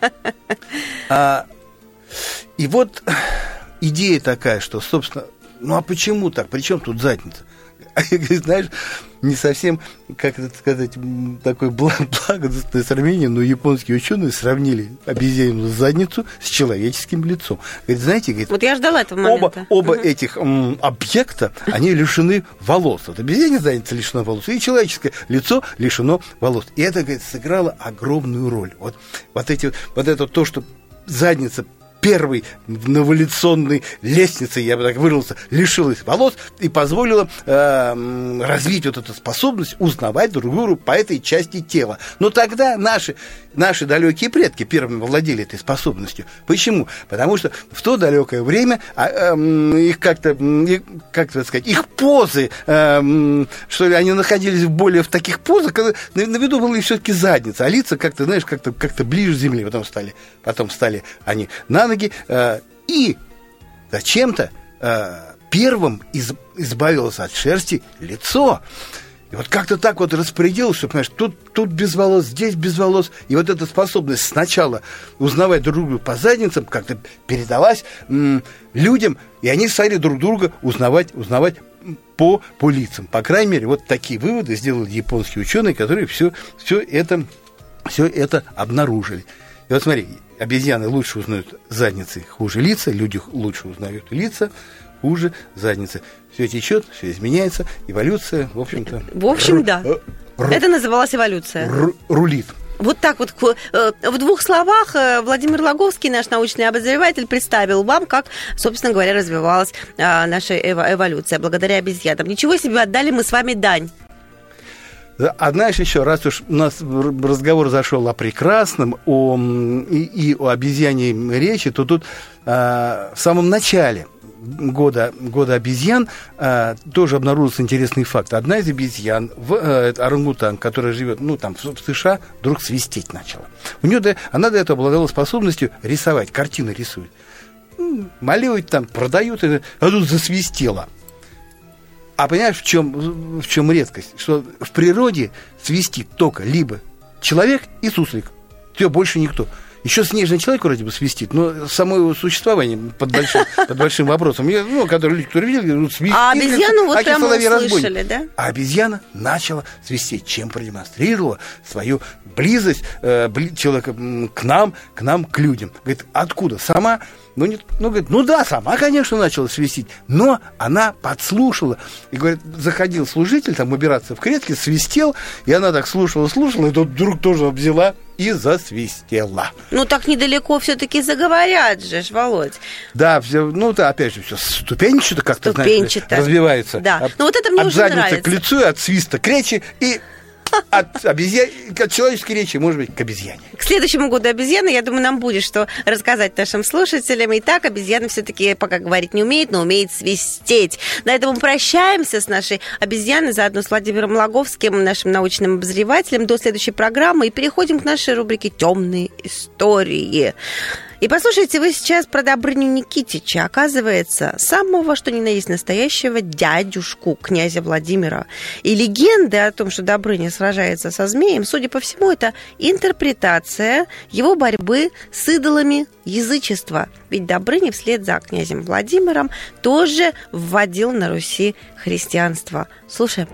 Speaker 8: А, и вот идея такая, что, собственно, ну а почему так? Причем тут задница? Знаешь, не совсем, как это сказать, такое благостное сравнение, но японские ученые сравнили обезьяну задницу с человеческим лицом. Говорит, знаете, говорит,
Speaker 2: вот я ждала этого момента.
Speaker 8: Оба, оба uh-huh. этих м, объекта, они лишены волос. Вот обезьяна задница лишена волос, и человеческое лицо лишено волос. И это, говорит, сыграло огромную роль. Вот, вот, эти, вот это то, что задница первой новоэволюционной лестницы, я бы так выразился, лишилась волос и позволила э, развить вот эту способность узнавать друг друга по этой части тела. Но тогда наши, наши далекие предки первыми владели этой способностью. Почему? Потому что в то далекое время э, э, их как-то, их, как сказать, их позы, э, что ли, они находились более в таких позах, когда на, на виду была все-таки задница, а лица как-то, знаешь, как-то, как-то ближе к земле. Потом стали, потом стали они на ноги, и зачем-то первым из, избавилось от шерсти лицо. И вот как-то так вот распорядилось, что, понимаешь, тут, тут без волос, здесь без волос. И вот эта способность сначала узнавать друг друга по задницам как-то передалась м- людям, и они стали друг друга узнавать, узнавать по, по лицам. По крайней мере, вот такие выводы сделали японские ученые, которые все, все, это, все это обнаружили. И вот смотри, обезьяны лучше узнают задницы, хуже лица, люди лучше узнают лица, хуже задницы. Все течет, все изменяется, эволюция, в общем-то...
Speaker 2: В общем, да. Это называлась эволюция.
Speaker 8: Рулит.
Speaker 2: Вот так вот в двух словах Владимир Логовский, наш научный обозреватель, представил вам, как, собственно говоря, развивалась наша эволюция благодаря обезьянам. Ничего себе, отдали мы с вами дань.
Speaker 8: А знаешь еще, раз уж у нас разговор зашел о прекрасном, о, и, и о обезьяне речи, то тут а, в самом начале года, года обезьян а, тоже обнаружился интересный факт. Одна из обезьян, в, а, орангутанг, которая живет, ну, там, в США, вдруг свистеть начала. У нее, она до этого обладала способностью рисовать, картины рисует. Малюют там, продают, а тут засвистела. А понимаешь, в чем, в чем редкость? Что в природе свистит только либо человек и суслик. Все, больше никто. Еще снежный человек вроде бы свистит, но само его существование под большим, под большим вопросом. Я, ну, которые люди, которые видели, говорят, свистит.
Speaker 2: А обезьяну вот прямо услышали,
Speaker 8: разбойник.
Speaker 2: Да?
Speaker 8: А обезьяна начала свистеть, чем продемонстрировала свою близость э, бли, человека к нам, к нам, к людям. Говорит, откуда? Сама? Ну, нет, ну, говорит, ну да, сама, конечно, начала свистеть, но она подслушала. И, говорит, заходил служитель там убираться в клетке, свистел, и она так слушала, слушала, и тут вдруг тоже взяла и засвистела.
Speaker 2: Ну, так недалеко все-таки заговорят же, Володь.
Speaker 8: Да, все, ну, да, опять же, все ступенчато как-то,
Speaker 2: ступенчато.
Speaker 8: Знаешь, разбивается.
Speaker 2: Да,
Speaker 8: от,
Speaker 2: ну вот это мне
Speaker 8: от
Speaker 2: уже
Speaker 8: задницы
Speaker 2: нравится.
Speaker 8: к лицу, от свиста к речи, и от, обезья... от человеческой речи, может быть, к обезьяне.
Speaker 2: К следующему году обезьяны, я думаю, нам будет что рассказать нашим слушателям. И так обезьяна все-таки пока говорить не умеет, но умеет свистеть. На этом мы прощаемся с нашей обезьяной, заодно с Владимиром Логовским, нашим научным обозревателем, до следующей программы. И переходим к нашей рубрике «Темные истории». И послушайте, вы сейчас про Добрыню Никитича. Оказывается, самого, что ни на есть настоящего дядюшку князя Владимира. И легенды о том, что Добрыня сражается со змеем, судя по всему, это интерпретация его борьбы с идолами язычества. Ведь Добрыня вслед за князем Владимиром тоже вводил на Руси христианство. Слушаем.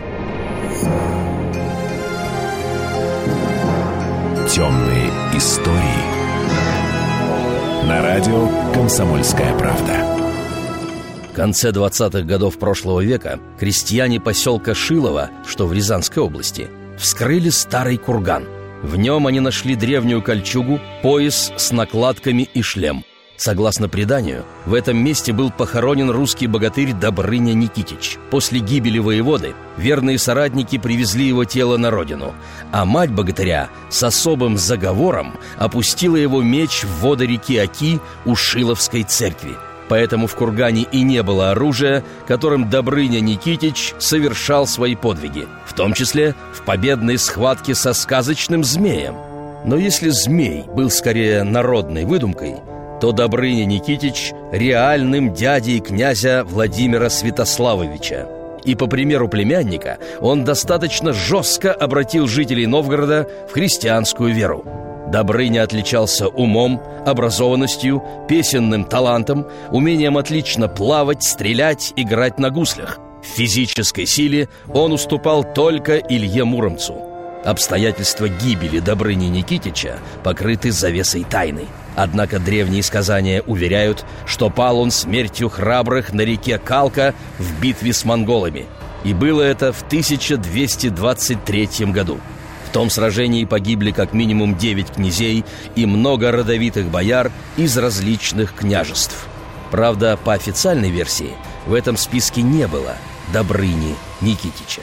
Speaker 5: Темные истории. На радио «Комсомольская правда».
Speaker 9: В конце двадцатых годов прошлого века крестьяне поселка Шилово, что в Рязанской области, вскрыли старый курган. В нем они нашли древнюю кольчугу, пояс с накладками и шлем. Согласно преданию, в этом месте был похоронен русский богатырь Добрыня Никитич. После гибели воеводы верные соратники привезли его тело на родину, а мать богатыря с особым заговором опустила его меч в воды реки Оки у Шиловской церкви. Поэтому в кургане и не было оружия, которым Добрыня Никитич совершал свои подвиги, в том числе в победной схватке со сказочным змеем. Но если змей был скорее народной выдумкой, то Добрыня Никитич реальным дядей князя Владимира Святославовича. И по примеру племянника он достаточно жестко обратил жителей Новгорода в христианскую веру. Добрыня отличался умом, образованностью, песенным талантом, умением отлично плавать, стрелять, играть на гуслях. В физической силе он уступал только Илье Муромцу. Обстоятельства гибели Добрыни Никитича покрыты завесой тайны. Однако древние сказания уверяют, что пал он смертью храбрых на реке Калка в битве с монголами. И было это в тысяча двести двадцать третьем году. В том сражении погибли как минимум девять князей и много родовитых бояр из различных княжеств. Правда, по официальной версии, в этом списке не было Добрыни Никитича.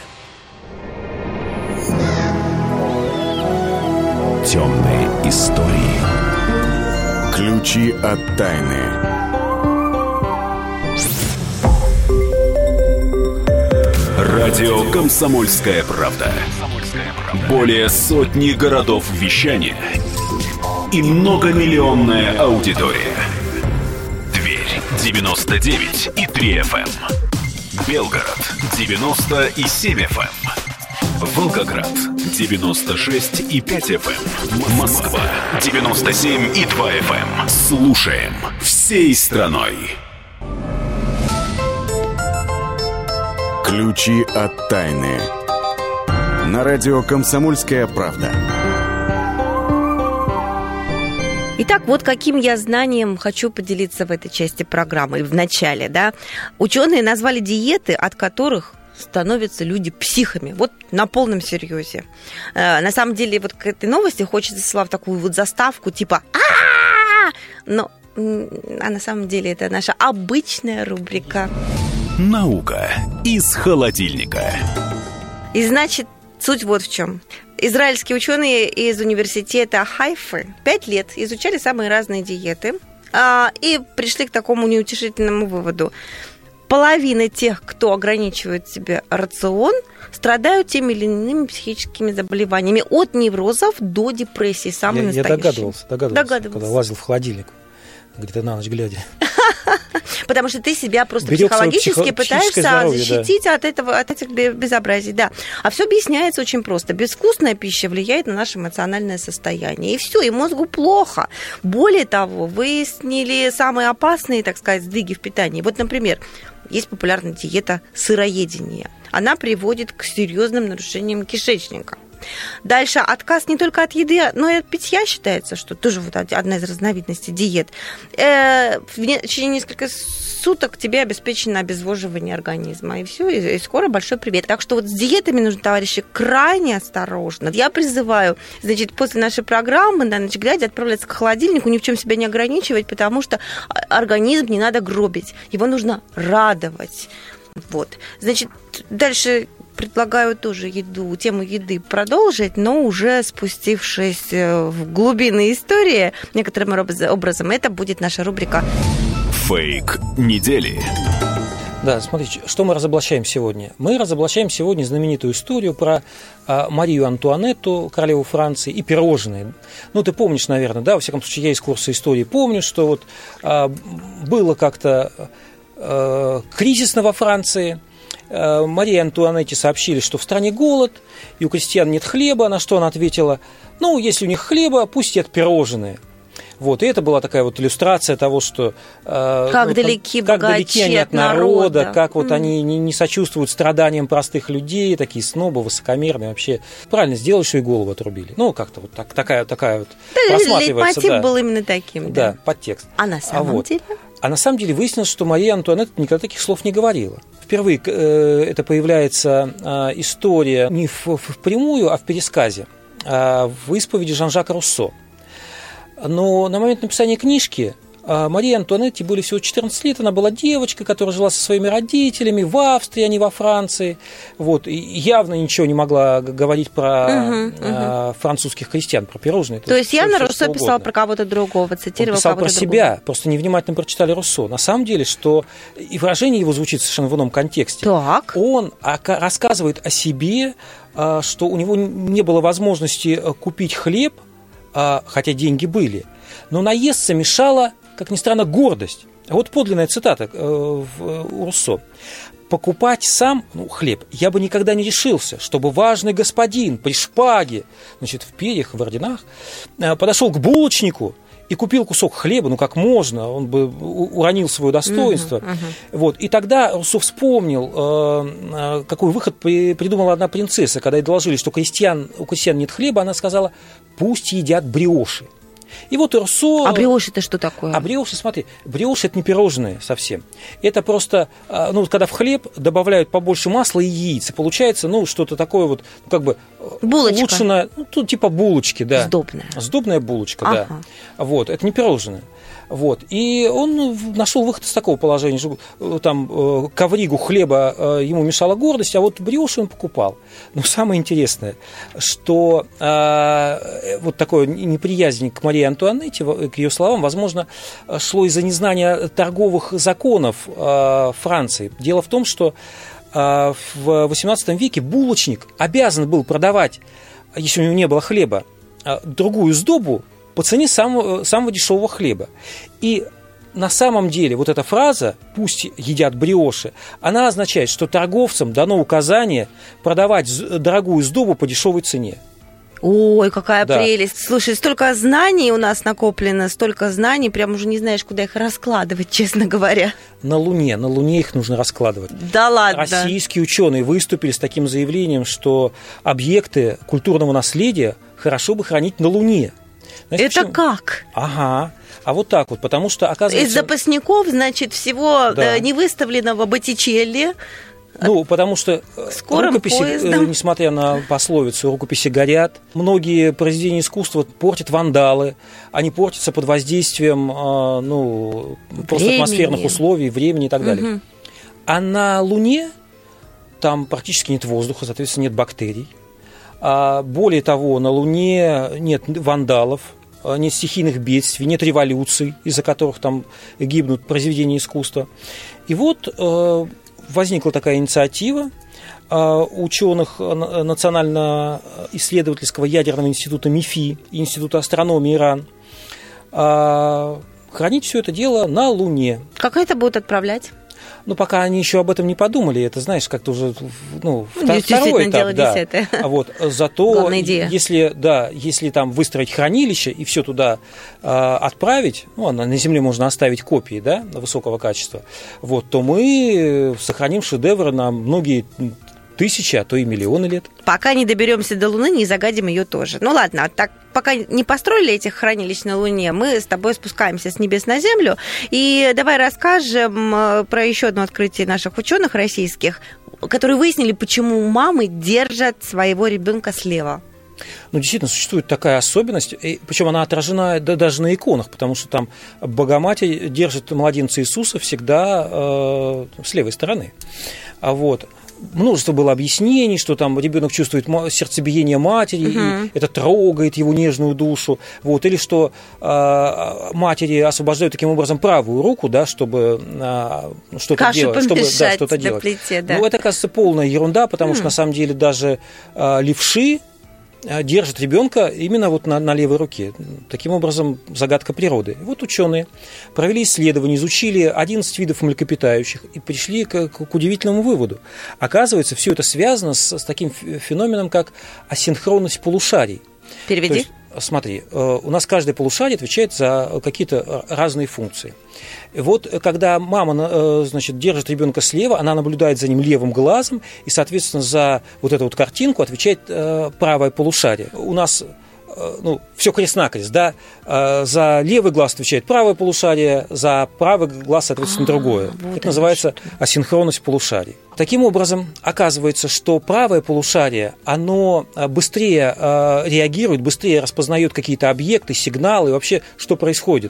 Speaker 5: Темные истории.
Speaker 1: Ключи от тайны.
Speaker 5: Радио «Комсомольская правда». Более сотни городов вещания и многомиллионная аудитория. Тверь девяносто девять и три эф эм. Белгород девяносто и семь эф эм. Волгоград девяносто шесть и пять эф эм. Москва девяносто семь и два эф эм. Слушаем всей страной.
Speaker 1: Ключи от тайны. На радио «Комсомольская правда».
Speaker 2: Итак, вот каким я знанием хочу поделиться в этой части программы, в начале, да. Ученые назвали диеты, от которых становятся люди психами. Вот на полном серьезе. На самом деле, вот к этой новости хочется, Слав, такую вот заставку, типа а но а на самом деле это наша обычная рубрика.
Speaker 5: Наука из холодильника.
Speaker 2: И значит, суть вот в чем. Израильские ученые из университета Хайфы пять лет изучали самые разные диеты а, и пришли к такому неутешительному выводу. Половина тех, кто ограничивает себе рацион, страдают теми или иными психическими заболеваниями, от неврозов до депрессии. Самый
Speaker 4: я,
Speaker 2: настоящий.
Speaker 4: Я догадывался, догадывался,
Speaker 2: догадывался,
Speaker 4: когда лазил в холодильник, где-то на ночь глядя.
Speaker 2: Потому что ты себя просто
Speaker 4: Берёг
Speaker 2: психологически
Speaker 4: психо-
Speaker 2: пытаешься
Speaker 4: здоровье,
Speaker 2: защитить
Speaker 4: да.
Speaker 2: от этого, от этих безобразий, да. А все объясняется очень просто. Безвкусная пища влияет на наше эмоциональное состояние. И все, и мозгу плохо. Более того, выяснили самые опасные, так сказать, сдвиги в питании. Вот, например, есть популярная диета сыроедения. Она приводит к серьезным нарушениям кишечника. Дальше отказ не только от еды, но и от питья считается, что тоже вот одна из разновидностей диет. Э, в течение нескольких суток тебе обеспечено обезвоживание организма. И все, и, и скоро большой привет. Так что вот с диетами нужно, товарищи, крайне осторожно. Я призываю, значит, после нашей программы на ночь глядя отправляться к холодильнику, ни в чем себя не ограничивать, потому что организм не надо гробить. Его нужно радовать. Вот. Значит, дальше предлагаю тоже еду, тему еды продолжить, но уже спустившись в глубины истории, некоторым образом, это будет наша рубрика
Speaker 5: «Фейк недели».
Speaker 4: Да, смотрите, что мы разоблачаем сегодня? Мы разоблачаем сегодня знаменитую историю про а, Марию Антуанетту, королеву Франции, и пирожные. Ну, ты помнишь, наверное, да, во всяком случае, я из курса истории помню, что вот а, было как-то а, кризисно во Франции. Марии Антуанетте сообщили, что в стране голод, и у крестьян нет хлеба, на что она ответила: ну, если у них хлеба, пусть едят пирожные. Вот, и это была такая вот иллюстрация того, что
Speaker 2: как,
Speaker 4: ну,
Speaker 2: далеки,
Speaker 4: как, как далеки они от народа, народа как вот mm. они не, не сочувствуют страданиям простых людей, такие снобы, высокомерные, вообще. Правильно сделали, что и голову отрубили. Ну, как-то вот так, такая, такая вот
Speaker 2: да,
Speaker 4: просматривается.
Speaker 2: Лейтмотив
Speaker 4: да.
Speaker 2: был именно таким. Да,
Speaker 4: да подтекст.
Speaker 2: А на самом
Speaker 4: а вот.
Speaker 2: деле?
Speaker 4: А на самом деле выяснилось, что Мария Антуанетта никогда таких слов не говорила. Впервые э, это появляется э, история не в, впрямую, а в пересказе, э, в исповеди Жан-Жака Руссо. Но на момент написания книжки Марии Антуанетте были всего четырнадцать лет, она была девочкой, которая жила со своими родителями в Австрии, а не во Франции, вот, и явно ничего не могла говорить про uh-huh, uh-huh. французских крестьян, про пирожные.
Speaker 2: То есть явно Руссо писал про кого-то другого, цитировал
Speaker 4: писал
Speaker 2: кого-то
Speaker 4: про себя, другого. Просто невнимательно прочитали Руссо. На самом деле, что и выражение его звучит совершенно в ином контексте.
Speaker 2: Так.
Speaker 4: Он рассказывает о себе, что у него не было возможности купить хлеб, хотя деньги были, но наесться мешала, как ни странно, гордость. Вот подлинная цитата у Руссо. «Покупать сам ну, хлеб я бы никогда не решился, чтобы важный господин при шпаге, значит, в перьях, в орденах, подошел к булочнику и купил кусок хлеба, ну как можно, он бы уронил свое достоинство». Uh-huh, uh-huh. Вот. И тогда Руссо вспомнил, какой выход придумала одна принцесса, когда ей доложили, что крестьян, у крестьян нет хлеба, она сказала: пусть едят бриоши. И вот Руссо...
Speaker 2: А бриоши это что такое?
Speaker 4: А бриоши, смотри, бриоши это не пирожные совсем. Это просто, ну, когда в хлеб добавляют побольше масла и яиц, и получается, ну, что-то такое вот, ну, как бы...
Speaker 2: Булочка.
Speaker 4: Улучшенное, ну, тут типа булочки, да.
Speaker 2: Сдобная.
Speaker 4: Сдобная булочка,
Speaker 2: ага.
Speaker 4: да. Вот, это не пирожные. Вот. И он нашел выход из такого положения, что там ковригу хлеба ему мешала гордость, а вот бриоши он покупал. Но самое интересное, что а, вот такое неприязнь к Марии Антуанетте, к ее словам, возможно, шло из-за незнания торговых законов а, Франции. Дело в том, что а, в восемнадцатом веке булочник обязан был продавать, если у него не было хлеба, а, другую сдобу по цене самого, самого дешевого хлеба. И на самом деле вот эта фраза «пусть едят бриоши», она означает, что торговцам дано указание продавать дорогую сдобу по дешевой цене.
Speaker 2: Ой, какая
Speaker 4: да.
Speaker 2: прелесть. Слушай, столько знаний у нас накоплено, столько знаний, прям уже не знаешь, куда их раскладывать, честно говоря.
Speaker 4: На Луне, на Луне их нужно раскладывать.
Speaker 2: Да ладно.
Speaker 4: Российские ученые выступили с таким заявлением, что объекты культурного наследия хорошо бы хранить на Луне. Знаете,
Speaker 2: Это
Speaker 4: почему?
Speaker 2: как?
Speaker 4: Ага. А вот так вот, потому что, оказывается...
Speaker 2: Из запасников, значит, всего
Speaker 4: Да.
Speaker 2: невыставленного Боттичелли.
Speaker 4: Ну, потому что
Speaker 2: Скорым
Speaker 4: рукописи,
Speaker 2: поездом.
Speaker 4: несмотря на пословицу, рукописи горят. Многие произведения искусства портят вандалы. Они портятся под воздействием ну, просто
Speaker 2: Времени.
Speaker 4: атмосферных условий, времени и так далее.
Speaker 2: Угу.
Speaker 4: А на Луне там практически нет воздуха, соответственно, нет бактерий. А более того, на Луне нет вандалов, нет стихийных бедствий, нет революций, из-за которых там гибнут произведения искусства. И вот возникла такая инициатива ученых Национально-исследовательского ядерного института МИФИ и Института астрономии ИРАН хранить все это дело на Луне.
Speaker 2: Как это будут отправлять?
Speaker 4: Ну, пока они еще об этом не подумали, это, знаешь, как-то уже, ну,
Speaker 2: ну
Speaker 4: второй этап,
Speaker 2: дело
Speaker 4: да.
Speaker 2: десятое.
Speaker 4: А вот зато,
Speaker 2: Главная идея.
Speaker 4: если, да, если там выстроить хранилище и все туда э, отправить, ну, на Земле можно оставить копии, да, высокого качества, вот, то мы сохраним шедевры на многие тысячи, а то и миллионы лет.
Speaker 2: Пока не доберемся до Луны, не загадим ее тоже. Ну ладно, так пока не построили этих хранилищ на Луне, мы с тобой спускаемся с небес на Землю. И давай расскажем про еще одно открытие наших ученых российских, которые выяснили, почему мамы держат своего ребенка слева.
Speaker 4: Ну, действительно, существует такая особенность, причем она отражена да, даже на иконах, потому что там Богоматерь держит младенца Иисуса всегда э, с левой стороны. А вот множество было объяснений, что там ребенок чувствует сердцебиение матери,
Speaker 2: угу.
Speaker 4: и это трогает его нежную душу, вот, или что э, матери освобождают таким образом правую руку, да, чтобы э, что-то
Speaker 2: Кашу
Speaker 4: делать, чтобы да, что-то
Speaker 2: на
Speaker 4: делать.
Speaker 2: плите, да.
Speaker 4: Ну, это, кажется, полная ерунда, потому
Speaker 2: м.
Speaker 4: что на самом деле даже э, левши держит ребенка именно вот на, на левой руке. Таким образом, загадка природы. И вот ученые провели исследование, изучили одиннадцать видов млекопитающих и пришли к, к удивительному выводу. Оказывается, все это связано с, с таким феноменом, как асинхронность полушарий.
Speaker 2: Переведи.
Speaker 4: То есть, смотри, у нас каждое полушарие отвечает за какие-то разные функции. И вот когда мама, значит, держит ребенка слева, она наблюдает за ним левым глазом, и, соответственно, за вот эту вот картинку отвечает правое полушарие. У нас ну, все крест-накрест, да, за левый глаз отвечает правое полушарие, за правый глаз, соответственно, а, другое. Вот это называется асинхронность полушарий. Таким образом, оказывается, что правое полушарие, оно быстрее реагирует, быстрее распознает какие-то объекты, сигналы, вообще, что происходит.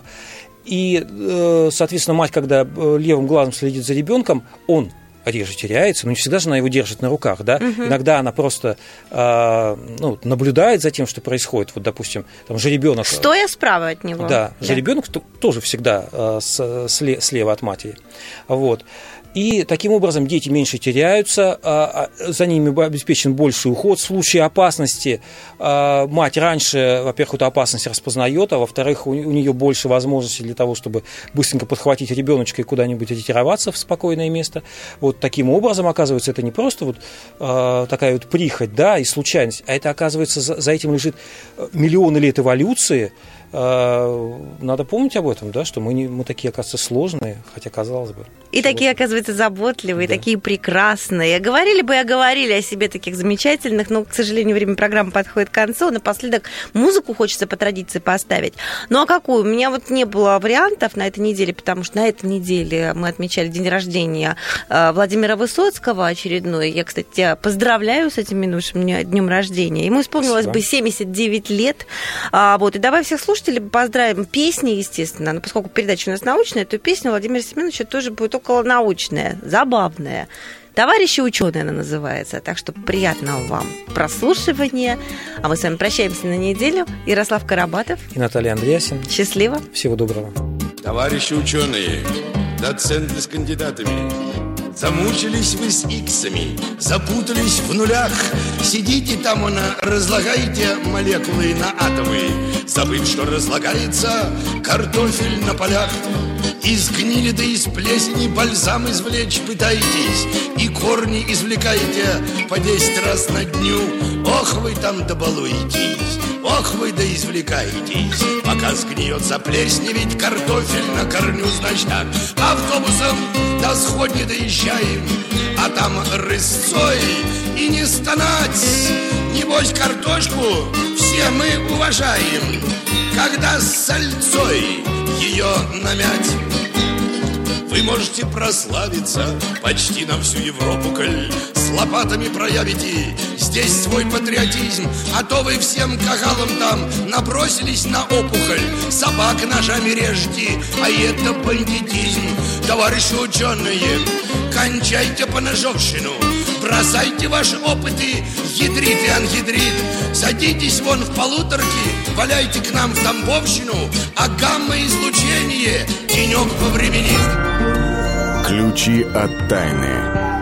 Speaker 4: И, соответственно, мать, когда левым глазом следит за ребенком, он реже теряется, но не всегда же она его держит на руках, да? Угу. Иногда она просто э, ну, наблюдает за тем, что происходит. Вот, допустим, там жеребенок.
Speaker 2: Стоя справа от него.
Speaker 4: Да, да. Жеребенок тоже всегда э, с, слева от матери. Вот. И таким образом дети меньше теряются, за ними обеспечен больший уход. В случае опасности мать раньше, во-первых, эту опасность распознает, а во-вторых, у нее больше возможностей для того, чтобы быстренько подхватить ребеночка и куда-нибудь ретироваться в спокойное место. Вот таким образом, оказывается, это не просто вот такая вот прихоть, да, и случайность, а это, оказывается, за этим лежит миллионы лет эволюции. Надо помнить об этом, да, что мы, не, мы такие, оказывается, сложные, хотя казалось бы.
Speaker 2: И такие, оказывается, заботливые, да. Такие прекрасные. Говорили бы и говорили о себе таких замечательных, но, к сожалению, время программы подходит к концу. Напоследок музыку хочется по традиции поставить. Ну а какую? У меня вот не было вариантов на этой неделе, потому что на этой неделе мы отмечали день рождения Владимира Высоцкого очередной. Я, кстати, поздравляю с этим минувшим днем рождения. Ему исполнилось Спасибо. бы семьдесят девять лет. Вот, и давай всех слушателей поздравим. Песни, естественно, но поскольку передача у нас научная, то песня Владимира Семеновича тоже будет околонаучная, забавная. «Товарищи ученые» она называется. Так что приятного вам прослушивания. А мы с вами прощаемся на неделю. Ярослав Карабатов
Speaker 4: и Наталья Андреасин.
Speaker 2: Счастливо.
Speaker 4: Всего доброго.
Speaker 10: Товарищи ученые, доценты с кандидатами, замучились вы с иксами, запутались в нулях. Сидите там, разлагаете молекулы на атомы, забыв, что разлагается картофель на полях. Из гнили да из плесени бальзам извлечь пытаетесь, и корни извлекаете по десять раз на дню. Ох, вы там добалуетесь, ох, вы да извлекаетесь. Пока сгниет, заплесневить картофель на корню, значит так. Автобусом до сходни доезжаем, а там рысцой и не стонать. Небось Небось, картошку все мы уважаем, когда с сальцой ее намять. Вы можете прославиться почти на всю Европу, коль с лопатами проявите здесь свой патриотизм. А то вы всем кагалам там набросились на опухоль, собак ножами режете, а это бандитизм. Товарищи ученые, кончайте поножовщину, бросайте ваши опыты, ядрит и анхидрит. Садитесь вон в полуторки, валяйте к нам в Тамбовщину, а гамма-излучение денек повременит.
Speaker 1: Ключи от тайны.